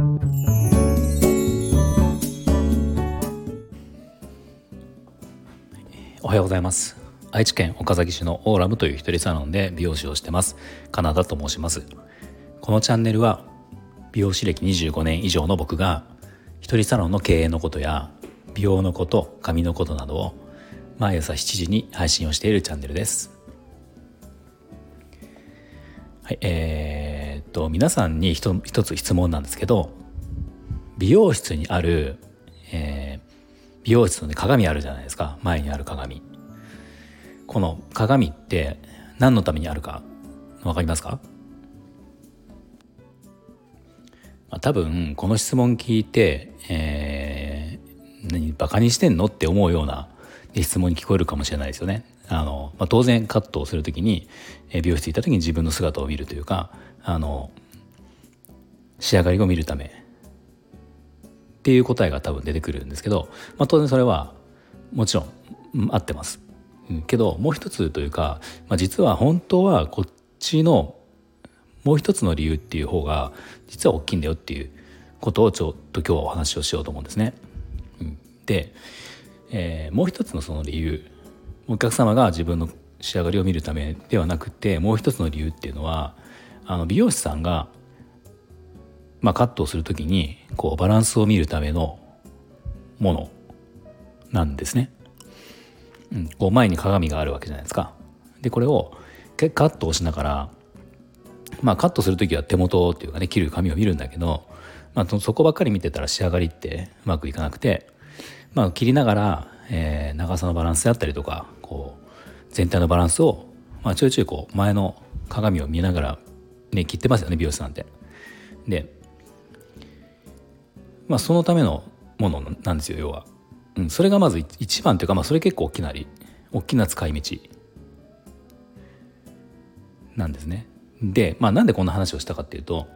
おはようございます。愛知県岡崎市のオーラムという一人サロンで美容師をしてますカナダと申します。このチャンネルは美容師歴25年以上の僕が一人サロンの経営のことや美容のこと、髪のことなどを毎朝7時に配信をしているチャンネルです。はい、皆さんに一つ質問なんですけど、美容室にある、美容室の、鏡あるじゃないですか。前にある鏡。この鏡って何のためにあるか分かりますか？多分この質問聞いて、バカにしてんのって思うような質問に聞こえるかもしれないですよね。当然カットをするときに、美容室行った時に自分の姿を見るというか、仕上がりを見るためっていう答えが多分出てくるんですけど、当然それはもちろん合ってます。けどもう一つというか、実は本当はこっちのもう一つの理由っていう方が実は大きいんだよっていうことをちょっと今日はお話をしようと思うんですね。で、もう一つのその理由、お客様が自分の仕上がりを見るためではなくて、もう一つの理由っていうのは美容師さんが、カットをするときにバランスを見るためのものなんですね。前に鏡があるわけじゃないですか。でこれをカットをしながら、カットするときは手元っていうかね、切る髪を見るんだけど、そこばっかり見てたら仕上がりってうまくいかなくて、切りながら、長さのバランスであったりとか、全体のバランスを、ちょいちょい前の鏡を見ながら、切ってますよね、美容師さんって。で、そのためのものなんですよ、要は。それがまず一番というか、それ結構大きな使い道なんですね。で、なんでこんな話をしたかっていうと、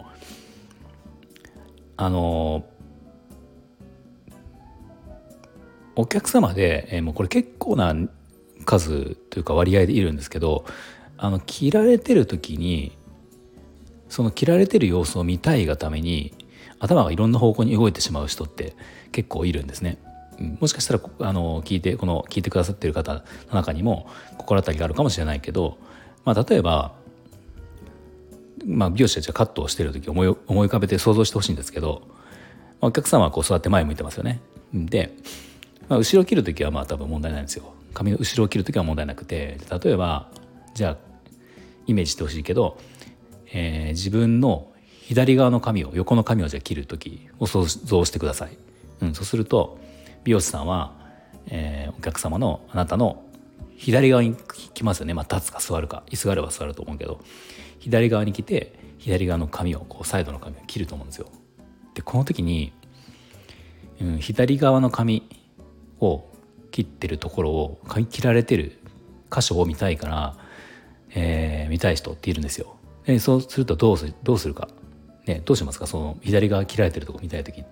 お客様で、もうこれ結構な数というか割合でいるんですけど、切られてる時にその切られてる様子を見たいがために頭がいろんな方向に動いてしまう人って結構いるんですね。もしかしたら聞いてくださっている方の中にも心当たりがあるかもしれないけど、例えば、美容師たちがカットをしている時を思い浮かべて想像してほしいんですけど、お客様は座って前向いてますよね。で、後ろを切る時は多分問題ないんですよ。髪の後ろを切る時は問題なくて、例えばじゃあイメージしてほしいけど、自分の左側の髪を、横の髪をじゃあ切る時を想像してください。そうすると美容師さんは、お客様のあなたの左側に来ますよね。立つか座るか、椅子があれば座ると思うけど、左側に来て左側の髪をサイドの髪を切ると思うんですよ。でこの時に、左側の髪を切ってるところを、切られてる箇所を見たいから、見たい人っているんですよ。でそうするとどうするか、どうしますか？その左側切られてるとこ見たい時って、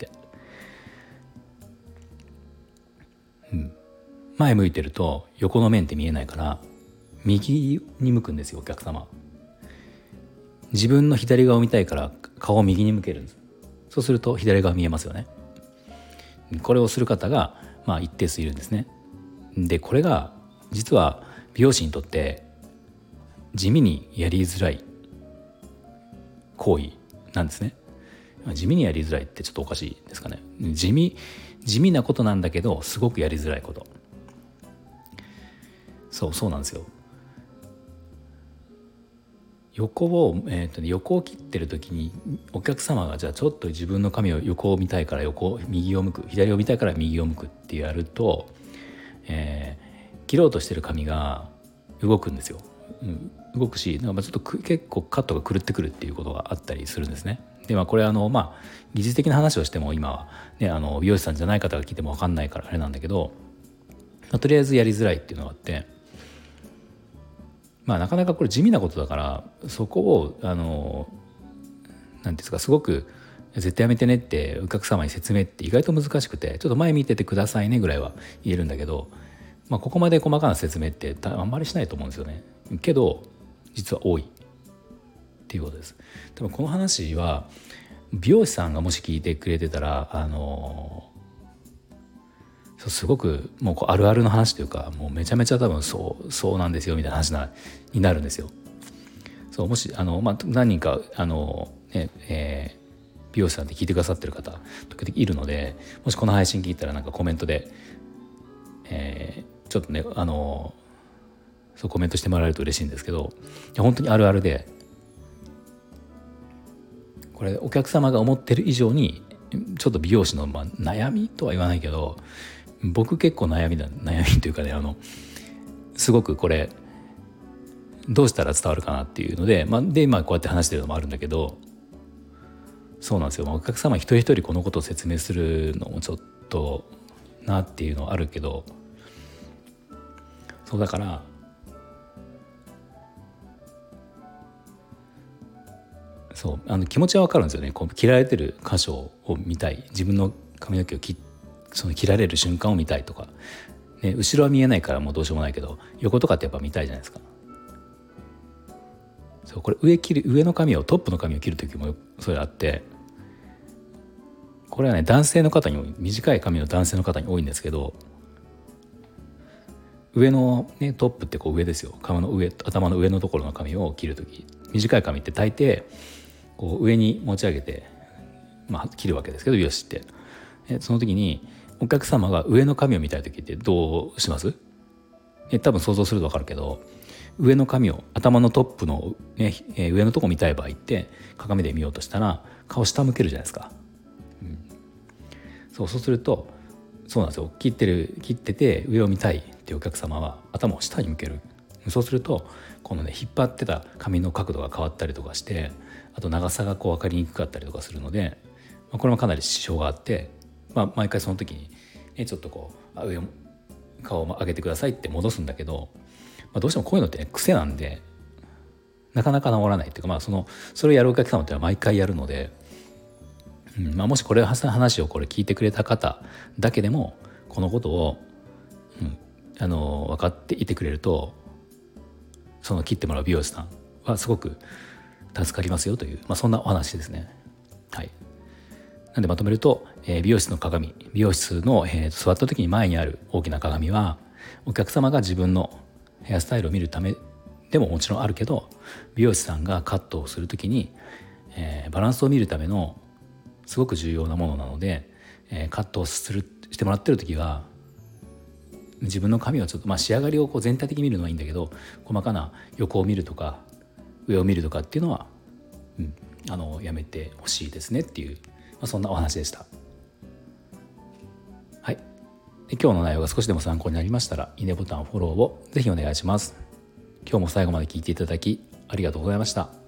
前向いてると横の面って見えないから右に向くんですよ、お客様。自分の左側を見たいから顔を右に向けるんです。そうすると左側見えますよね。これをする方が一定数いるんですね。でこれが実は美容師にとって地味にやりづらい行為なんですね。地味にやりづらいってちょっとおかしいですかね。地味なことなんだけどすごくやりづらいこと。そうなんですよ。横を切ってる時にお客様がじゃあちょっと自分の髪を横を見たいから右を向く、左を見たいから右を向くってやると、切ろうとしてる髪が動くんですよ。動くし、ちょっと結構カットが狂ってくるっていうことがあったりするんですね。でこれ技術的な話をしても今はね、美容師さんじゃない方が聞いても分かんないからあれなんだけど、とりあえずやりづらいっていうのがあって、なかなかこれ地味なことだから、そこをなんていうんですか、すごく絶対やめてねってお客様に説明って意外と難しくて、ちょっと前見ててくださいねぐらいは言えるんだけど、ここまで細かな説明ってあんまりしないと思うんですよね。けど実は多いっていうことです。多分この話は美容師さんがもし聞いてくれてたらすごくもうあるあるの話というか、もうめちゃめちゃ多分そうなんですよみたいな話になるんですよ。そうもし何人か美容師さんって聞いてくださってる方時々いるので、もしこの配信聞いたらなんかコメントで、ちょっとねそうコメントしてもらえると嬉しいんですけど、いや本当にあるあるで、これお客様が思ってる以上にちょっと美容師の、悩みとは言わないけど、僕結構悩みというかね、すごくこれどうしたら伝わるかなっていうので、今こうやって話してるのもあるんだけど、そうなんですよ、お客様一人一人このことを説明するのもちょっとなっていうのはあるけど、そうだからそう気持ちは分かるんですよね。こう切られてる箇所を見たい、自分の髪の毛をその切られる瞬間を見たいとか、ね、後ろは見えないからもうどうしようもないけど、横とかってやっぱ見たいじゃないですか。そうこれ上の髪をトップの髪を切る時もそれあって、これはね男性の方にも短い髪の男性の方に多いんですけど、上の、ね、トップってこう上ですよ、頭の上のところの髪を切る時、短い髪って大抵こう上に持ち上げて、切るわけですけど美容師って、その時にお客様が上の髪を見たい時ってどうします？多分想像すると分かるけど、上の髪を頭のトップの、上のとこ見たい場合って鏡で見ようとしたら顔下向けるじゃないですか。そうするとそうなんですよ、切ってて上を見たいっていうお客様は頭を下に向ける。そうするとこのね引っ張ってた髪の角度が変わったりとかして、あと長さがこう分かりにくかったりとかするので、これもかなり支障があって、毎回その時に、ちょっとこう顔を上げてくださいって戻すんだけど、どうしてもこういうのってね癖なんでなかなか治らないっていうか、それをやるお客様ってのは毎回やるので、もしこれ話を聞いてくれた方だけでもこのことを、分かっていてくれると、その切ってもらう美容師さんはすごく助かりますよという、そんなお話ですね。はい。なんでまとめると、美容室の座った時に前にある大きな鏡はお客様が自分のヘアスタイルを見るためでももちろんあるけど、美容師さんがカットをする時に、バランスを見るためのすごく重要なものなので、カットをしてもらってる時は自分の髪をちょっと、仕上がりを全体的に見るのはいいんだけど、細かな横を見るとか上を見るとかっていうのは、やめてほしいですねっていう、そんなお話でした。はい。で今日の内容が少しでも参考になりましたら、いいねボタンフォローをぜひお願いします。今日も最後まで聞いていただきありがとうございました。